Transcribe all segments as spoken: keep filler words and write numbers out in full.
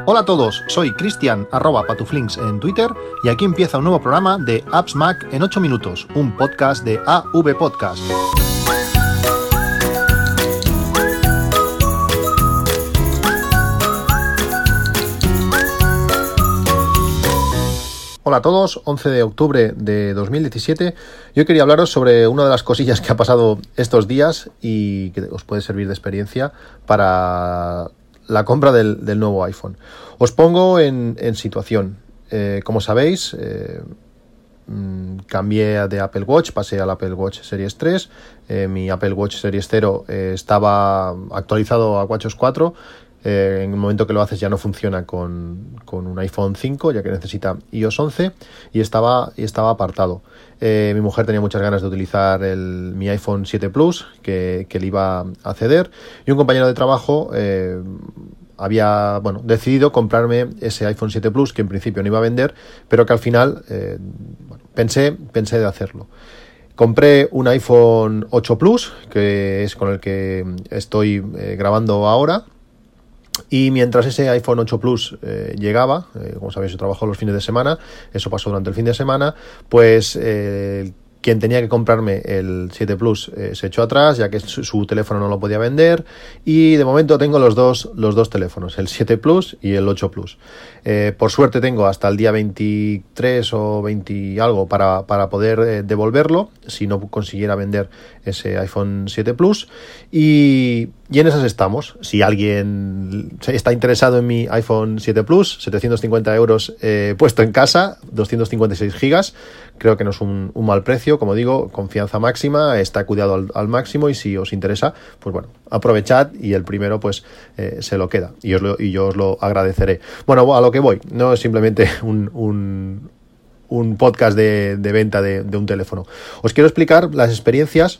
Hola a todos, soy Cristian, arroba patuflinks en Twitter, y aquí empieza un nuevo programa de Apps Mac en ocho minutos, un podcast de A V Podcast. Hola a todos, once de octubre de dos mil diecisiete. Yo quería hablaros sobre una de las cosillas que ha pasado estos días y que os puede servir de experiencia para la compra del, del nuevo iPhone. Os pongo en, en situación. Eh, como sabéis, eh, mmm, cambié de Apple Watch, pasé al Apple Watch Series tres. Eh, mi Apple Watch Series cero eh, estaba actualizado a WatchOS cuatro. Eh, en el momento que lo haces ya no funciona con, con un iPhone cinco, ya que necesita iOS once, y estaba, y estaba apartado. Eh, mi mujer tenía muchas ganas de utilizar el, mi iPhone siete Plus, que, que le iba a ceder, y un compañero de trabajo eh, había bueno, decidido comprarme ese iPhone siete Plus, que en principio no iba a vender, pero que al final eh, bueno, pensé, pensé de hacerlo. Compré un iPhone ocho Plus, que es con el que estoy eh, grabando ahora. Y mientras ese iPhone ocho Plus eh, llegaba, eh, como sabéis, yo trabajo los fines de semana, eso pasó durante el fin de semana, pues eh, quien tenía que comprarme el siete Plus eh, se echó atrás, ya que su, su teléfono no lo podía vender, y de momento tengo los dos, los dos teléfonos, el siete Plus y el ocho Plus. Eh, por suerte tengo hasta el día veintitrés o veinte algo para, para poder eh, devolverlo, si no consiguiera vender ese iPhone siete Plus, y, y en esas estamos. Si alguien está interesado en mi iPhone siete Plus, setecientos cincuenta euros eh, puesto en casa, doscientos cincuenta y seis gigas, creo que no es un, un mal precio, como digo, confianza máxima, está cuidado al, al máximo, y si os interesa, pues bueno, aprovechad y el primero pues eh, se lo queda, y, os lo, y yo os lo agradeceré. Bueno, a lo que voy, no es simplemente un, un, un podcast de, de venta de, de un teléfono. Os quiero explicar las experiencias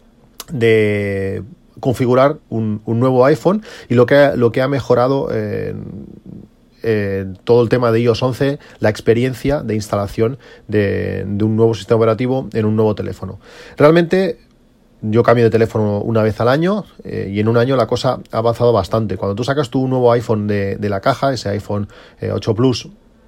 de configurar un, un nuevo iPhone y lo que ha, lo que ha mejorado eh, eh, todo el tema de iOS once, la experiencia de instalación de, de un nuevo sistema operativo en un nuevo teléfono. Realmente yo cambio de teléfono una vez al año eh, y en un año la cosa ha avanzado bastante. Cuando tú sacas tu nuevo iPhone de, de la caja, ese iPhone eh, ocho Plus,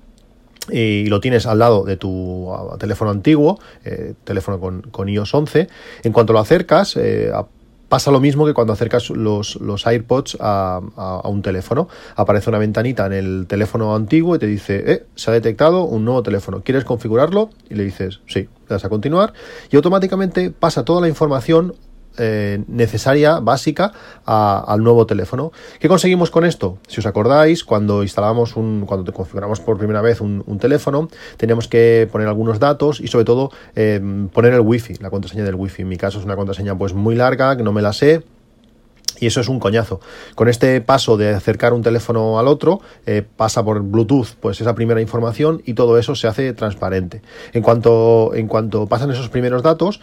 y lo tienes al lado de tu uh, teléfono antiguo, eh, teléfono con, con iOS once, en cuanto lo acercas, eh, a, pasa lo mismo que cuando acercas los, los AirPods a, a, a un teléfono. Aparece una ventanita en el teléfono antiguo y te dice, eh, se ha detectado un nuevo teléfono, ¿quieres configurarlo? Y le dices, sí, le das a continuar, y automáticamente pasa toda la información Eh, necesaria, básica, a, al nuevo teléfono. ¿Qué conseguimos con esto? Si os acordáis, cuando instalamos un, cuando te configuramos por primera vez un, un teléfono, teníamos que poner algunos datos y sobre todo eh, poner el wifi, la contraseña del wifi. En mi caso es una contraseña pues muy larga, que no me la sé, y eso es un coñazo. Con este paso de acercar un teléfono al otro, eh, pasa por Bluetooth pues esa primera información, y todo eso se hace transparente. En cuanto, en cuanto pasan esos primeros datos,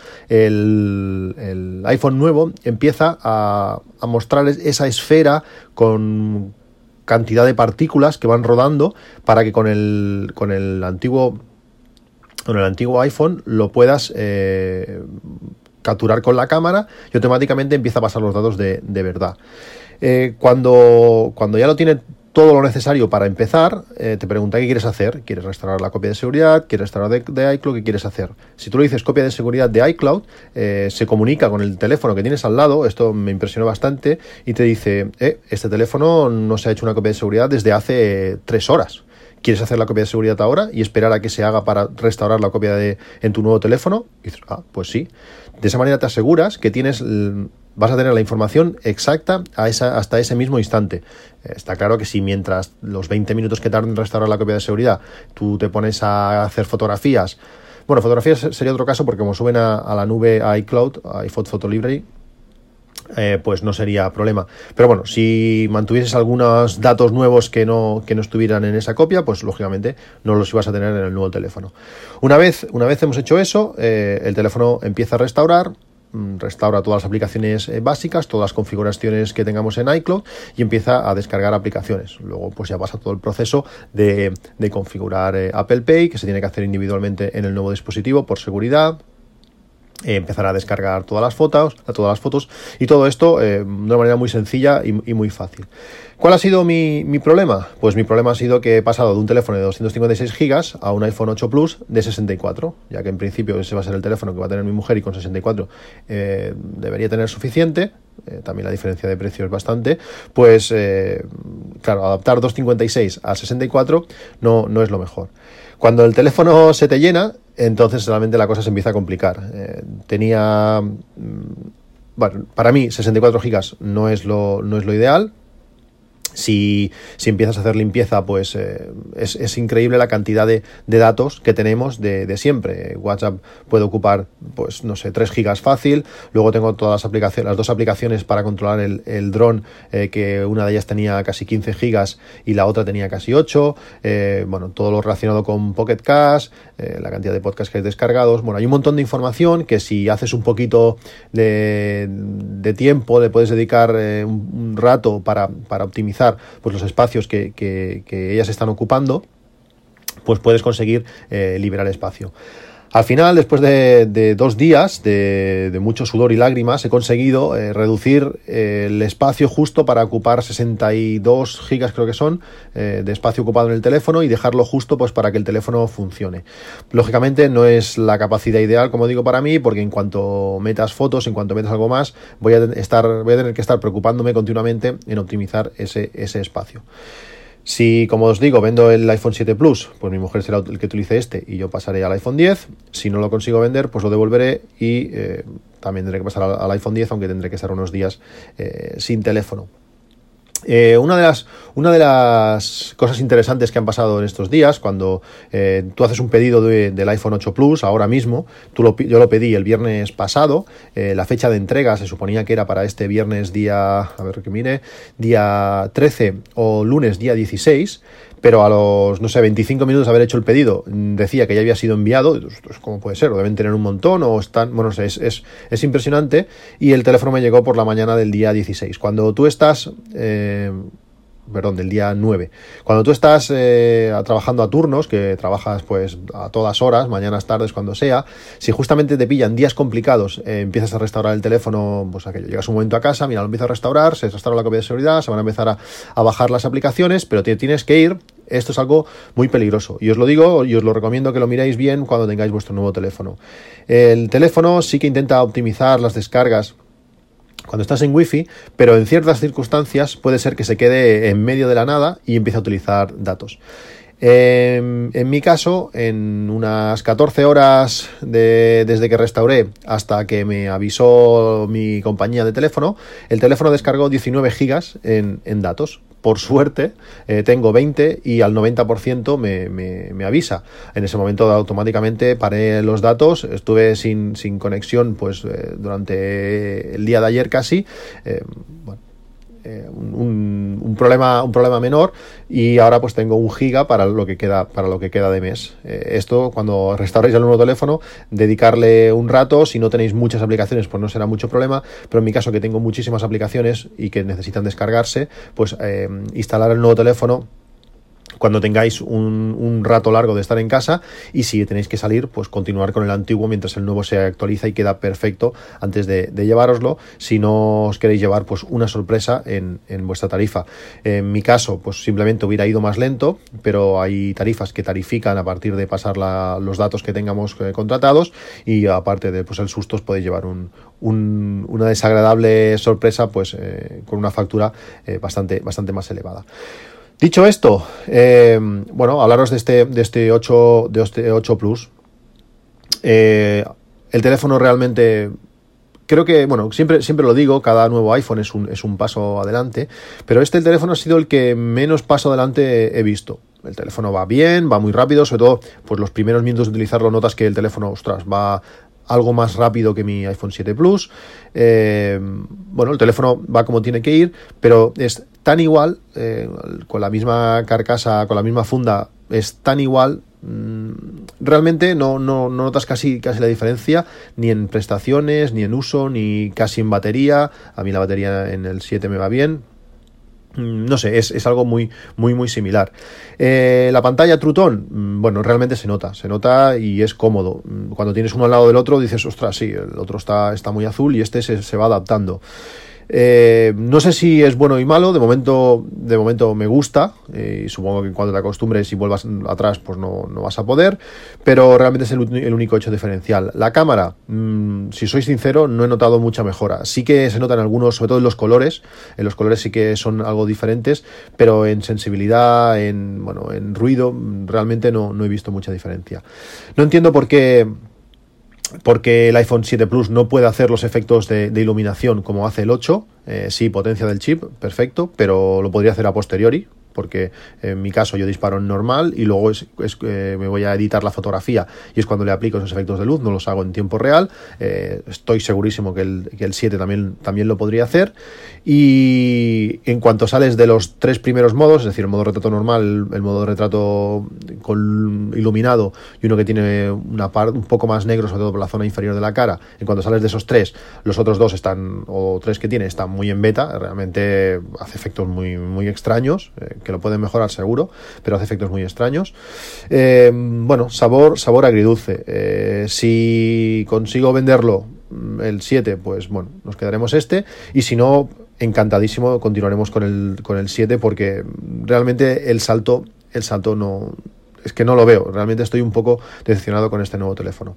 el, el iPhone nuevo empieza a, a mostrar esa esfera con cantidad de partículas que van rodando para que con el, con el antiguo con el antiguo iPhone lo puedas eh, capturar con la cámara, y automáticamente empieza a pasar los datos de, de verdad. Eh, cuando, cuando ya lo tiene todo lo necesario para empezar, eh, te pregunta qué quieres hacer. ¿Quieres restaurar la copia de seguridad? ¿Quieres restaurar de, de iCloud? ¿Qué quieres hacer? Si tú le dices copia de seguridad de iCloud, eh, se comunica con el teléfono que tienes al lado. Esto me impresionó bastante, y te dice, eh, este teléfono no se ha hecho una copia de seguridad desde hace tres horas. ¿Quieres hacer la copia de seguridad ahora y esperar a que se haga para restaurar la copia de en tu nuevo teléfono? Y dices, ah, pues sí. De esa manera te aseguras que tienes, vas a tener la información exacta a esa, hasta ese mismo instante. Está claro que si mientras los veinte minutos que tarden en restaurar la copia de seguridad, tú te pones a hacer fotografías. Bueno, fotografías sería otro caso, porque como suben a, a la nube a iCloud, a iPhoto Photo Library, Eh, pues no sería problema. Pero bueno, si mantuvieses algunos datos nuevos que no, que no estuvieran en esa copia, pues lógicamente no los ibas a tener en el nuevo teléfono. Una vez, una vez hemos hecho eso, eh, el teléfono empieza a restaurar, restaura todas las aplicaciones eh, básicas, todas las configuraciones que tengamos en iCloud, y empieza a descargar aplicaciones. Luego pues ya pasa todo el proceso de, de configurar eh, Apple Pay, que se tiene que hacer individualmente en el nuevo dispositivo por seguridad. Eh, empezar a descargar todas las fotos, todas las fotos y todo esto eh, de una manera muy sencilla y, y muy fácil. ¿Cuál ha sido mi, mi problema? Pues mi problema ha sido que he pasado de un teléfono de doscientos cincuenta y seis gigas a un iPhone ocho Plus de sesenta y cuatro, ya que en principio ese va a ser el teléfono que va a tener mi mujer y con sesenta y cuatro eh, debería tener suficiente. Eh, también la diferencia de precio es bastante. Pues eh, claro, adaptar doscientos cincuenta y seis a sesenta y cuatro no, no es lo mejor. Cuando el teléfono se te llena, entonces realmente la cosa se empieza a complicar. Eh, tenía, bueno, para mí sesenta y cuatro gigas no es lo, no es lo ideal. Si, si empiezas a hacer limpieza, pues eh, es, es increíble la cantidad de, de datos que tenemos de, de siempre. WhatsApp puede ocupar, pues no sé, tres gigas fácil. Luego tengo todas las aplicaciones, las dos aplicaciones para controlar el, el dron, eh, que una de ellas tenía casi quince gigas y la otra tenía casi ocho. Eh, bueno, todo lo relacionado con Pocket Cast, eh, la cantidad de podcasts que hay descargados. Bueno, hay un montón de información que si haces un poquito de, de tiempo, le puedes dedicar eh, un, un rato para, para optimizar pues los espacios que, que, que ellas están ocupando, pues puedes conseguir eh, liberar espacio. Al final, después de, de dos días de, de mucho sudor y lágrimas, he conseguido eh, reducir eh, el espacio justo para ocupar sesenta y dos gigas, creo que son, eh, de espacio ocupado en el teléfono y dejarlo justo pues para que el teléfono funcione. Lógicamente no es la capacidad ideal, como digo, para mí, porque en cuanto metas fotos, en cuanto metas algo más, voy a estar, voy a tener que estar preocupándome continuamente en optimizar ese, ese espacio. Si, como os digo, vendo el iPhone siete Plus, pues mi mujer será el que utilice este y yo pasaré al iPhone diez. Si no lo consigo vender, pues lo devolveré y eh, también tendré que pasar al, al iPhone diez, aunque tendré que estar unos días eh, sin teléfono. Eh, una de las una de las cosas interesantes que han pasado en estos días, cuando eh, tú haces un pedido de, del iPhone ocho Plus ahora mismo, tú lo, yo lo pedí el viernes pasado, eh, la fecha de entrega se suponía que era para este viernes día, a ver que mire, día trece o lunes día dieciséis, pero a los, no sé, veinticinco minutos de haber hecho el pedido, decía que ya había sido enviado. ¿Cómo puede ser? O deben tener un montón, o están, bueno, no sé, es, es, es impresionante, y el teléfono me llegó por la mañana del día dieciséis. Cuando tú estás... Eh, perdón, del día nueve. Cuando tú estás eh, trabajando a turnos, que trabajas pues a todas horas, mañanas, tardes, cuando sea, si justamente te pillan días complicados, eh, empiezas a restaurar el teléfono, pues aquello, llegas un momento a casa, mira, lo empiezas a restaurar, se restaura la copia de seguridad, se van a empezar a, a bajar las aplicaciones, pero te tienes que ir. Esto es algo muy peligroso y os lo digo y os lo recomiendo que lo miréis bien cuando tengáis vuestro nuevo teléfono. El teléfono sí que intenta optimizar las descargas cuando estás en Wi-Fi, pero en ciertas circunstancias puede ser que se quede en medio de la nada y empiece a utilizar datos. Eh, en mi caso, en unas catorce horas de, desde que restauré hasta que me avisó mi compañía de teléfono, el teléfono descargó diecinueve gigas en, en datos. Por suerte, eh, tengo veinte y al noventa por ciento me, me, me avisa. En ese momento automáticamente paré los datos, estuve sin, sin conexión pues eh, durante el día de ayer casi. Eh, bueno, eh, un, un problema un problema menor, y ahora pues tengo un giga para lo que queda para lo que queda de mes. Eh, esto, cuando restauréis el nuevo teléfono, dedicarle un rato. Si no tenéis muchas aplicaciones, pues no será mucho problema, pero en mi caso, que tengo muchísimas aplicaciones y que necesitan descargarse, pues eh, instalar el nuevo teléfono cuando tengáis un, un rato largo de estar en casa, y si tenéis que salir, pues continuar con el antiguo mientras el nuevo se actualiza y queda perfecto antes de, de llevároslo, si no os queréis llevar pues una sorpresa en, en vuestra tarifa. En mi caso, pues simplemente hubiera ido más lento, pero hay tarifas que tarifican a partir de pasar la, los datos que tengamos eh, contratados, y aparte de pues el susto, os podéis llevar un, un, una desagradable sorpresa pues eh, con una factura eh, bastante, bastante más elevada. Dicho esto, eh, bueno, hablaros de este, de este ocho, de este ocho Plus. Eh, el teléfono realmente, creo que, bueno, siempre, siempre lo digo, cada nuevo iPhone es un, es un paso adelante, pero este el teléfono ha sido el que menos paso adelante he visto. El teléfono va bien, va muy rápido, sobre todo pues los primeros minutos de utilizarlo notas que el teléfono, ostras, va algo más rápido que mi iPhone siete Plus. Eh, bueno, el teléfono va como tiene que ir, pero es tan igual, eh, con la misma carcasa, con la misma funda, es tan igual. Mm, realmente no, no, no notas casi, casi la diferencia, ni en prestaciones, ni en uso, ni casi en batería. A mí la batería en el siete me va bien. No sé, es, es algo muy, muy, muy similar. Eh, la pantalla True Tone, bueno, realmente se nota, se nota y es cómodo. Cuando tienes uno al lado del otro dices, ostras, sí, el otro está, está muy azul y este se, se va adaptando. Eh, no sé si es bueno y malo, de momento, de momento me gusta, eh, y supongo que cuando te acostumbres y vuelvas atrás pues no, no vas a poder, pero realmente es el, el único hecho diferencial. La cámara, mmm, si soy sincero, no he notado mucha mejora. Sí que se notan algunos, sobre todo en los colores, en los colores sí que son algo diferentes, pero en sensibilidad, en, bueno, en ruido, realmente no, no he visto mucha diferencia. No entiendo por qué... porque el iPhone siete Plus no puede hacer los efectos de, de iluminación como hace el ocho, eh, sí, potencia del chip, perfecto, pero lo podría hacer a posteriori, porque en mi caso yo disparo en normal y luego es, es, eh, me voy a editar la fotografía y es cuando le aplico esos efectos de luz, no los hago en tiempo real. Eh, estoy segurísimo que el, que el siete también, también lo podría hacer. Y en cuanto sales de los tres primeros modos, es decir, el modo retrato normal, el, el modo retrato con iluminado y uno que tiene una parte un poco más negro, sobre todo por la zona inferior de la cara, en cuanto sales de esos tres, los otros dos están, o tres que tiene, están muy en beta, realmente hace efectos muy, muy extraños, eh, que lo pueden mejorar seguro, pero hace efectos muy extraños. Eh, bueno, sabor, sabor agridulce. Eh, si consigo venderlo el siete, pues bueno, nos quedaremos este, y si no, encantadísimo, continuaremos con el, con el siete, porque realmente el salto, el salto no... es que no lo veo, realmente estoy un poco decepcionado con este nuevo teléfono.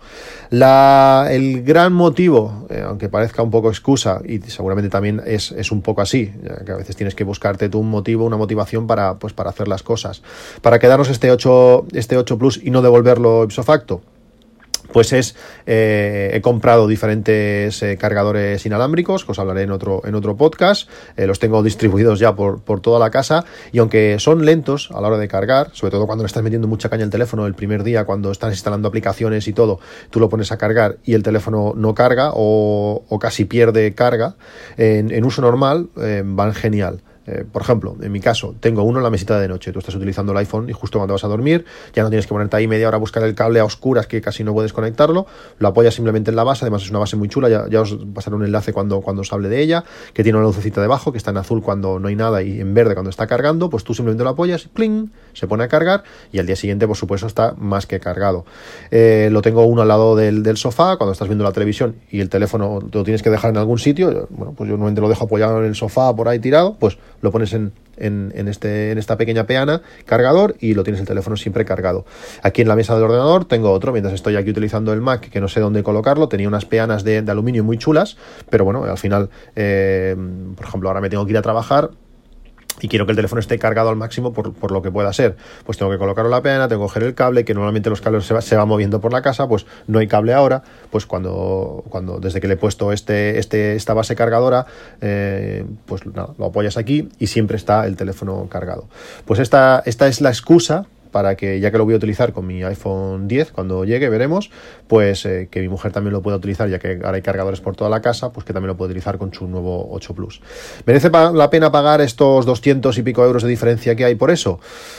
La, el gran motivo, eh, aunque parezca un poco excusa, y seguramente también es, es un poco así, ya que a veces tienes que buscarte tú un motivo, una motivación para, pues, para hacer las cosas. Para quedarnos este ocho, este ocho Plus y no devolverlo ipso facto, pues es, eh, he comprado diferentes eh, cargadores inalámbricos, que os hablaré en otro, en otro podcast, eh, los tengo distribuidos ya por, por toda la casa, y aunque son lentos a la hora de cargar, sobre todo cuando le estás metiendo mucha caña al teléfono el primer día, cuando estás instalando aplicaciones y todo, tú lo pones a cargar y el teléfono no carga o, o casi pierde carga, en, en uso normal eh, van genial. Eh, por ejemplo, en mi caso, tengo uno en la mesita de noche. Tú estás utilizando el iPhone y justo cuando vas a dormir ya no tienes que ponerte ahí media hora a buscar el cable a oscuras que casi no puedes conectarlo. Lo apoyas simplemente en la base. Además es una base muy chula. Ya, ya os pasaré un enlace cuando, cuando os hable de ella, que tiene una lucecita debajo que está en azul cuando no hay nada y en verde cuando está cargando. Pues tú simplemente lo apoyas y ¡pling!, se pone a cargar, y al día siguiente por supuesto está más que cargado. Eh, lo tengo uno al lado del, del sofá cuando estás viendo la televisión y el teléfono te lo tienes que dejar en algún sitio. Bueno, pues yo normalmente lo dejo apoyado en el sofá por ahí tirado, pues lo pones en En, en, este, en esta pequeña peana, cargador, y lo tienes el teléfono siempre cargado. Aquí en la mesa del ordenador tengo otro, mientras estoy aquí utilizando el Mac, que no sé dónde colocarlo. Tenía unas peanas de, de aluminio muy chulas, pero bueno, al final, eh, por ejemplo, ahora me tengo que ir a trabajar y quiero que el teléfono esté cargado al máximo por, por lo que pueda ser, pues tengo que colocarlo en la peana, tengo que coger el cable, que normalmente los cables se, va, se van moviendo por la casa, pues no hay cable ahora, pues cuando, cuando desde que le he puesto este, este, esta base cargadora, eh, pues nada, lo apoyas aquí y siempre está el teléfono cargado. Pues esta, esta es la excusa para que, ya que lo voy a utilizar con mi iPhone diez, cuando llegue, veremos, pues eh, que mi mujer también lo pueda utilizar, ya que ahora hay cargadores por toda la casa, pues que también lo pueda utilizar con su nuevo ocho Plus. ¿Merece la pena pagar estos doscientos y pico euros de diferencia que hay por eso?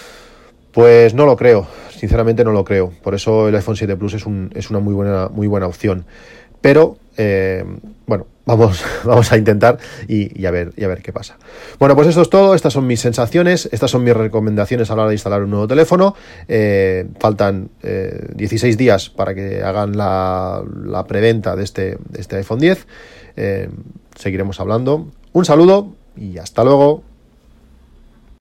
Pues no lo creo, sinceramente no lo creo. Por eso el iPhone siete Plus es, un, es una muy buena, muy buena opción. Pero, eh, bueno, vamos, vamos a intentar y, y, a ver, y a ver qué pasa. Bueno, pues esto es todo. Estas son mis sensaciones, estas son mis recomendaciones a la hora de instalar un nuevo teléfono. Eh, faltan eh, dieciséis días para que hagan la, la preventa de este, de este iPhone diez. Eh, seguiremos hablando. Un saludo y hasta luego.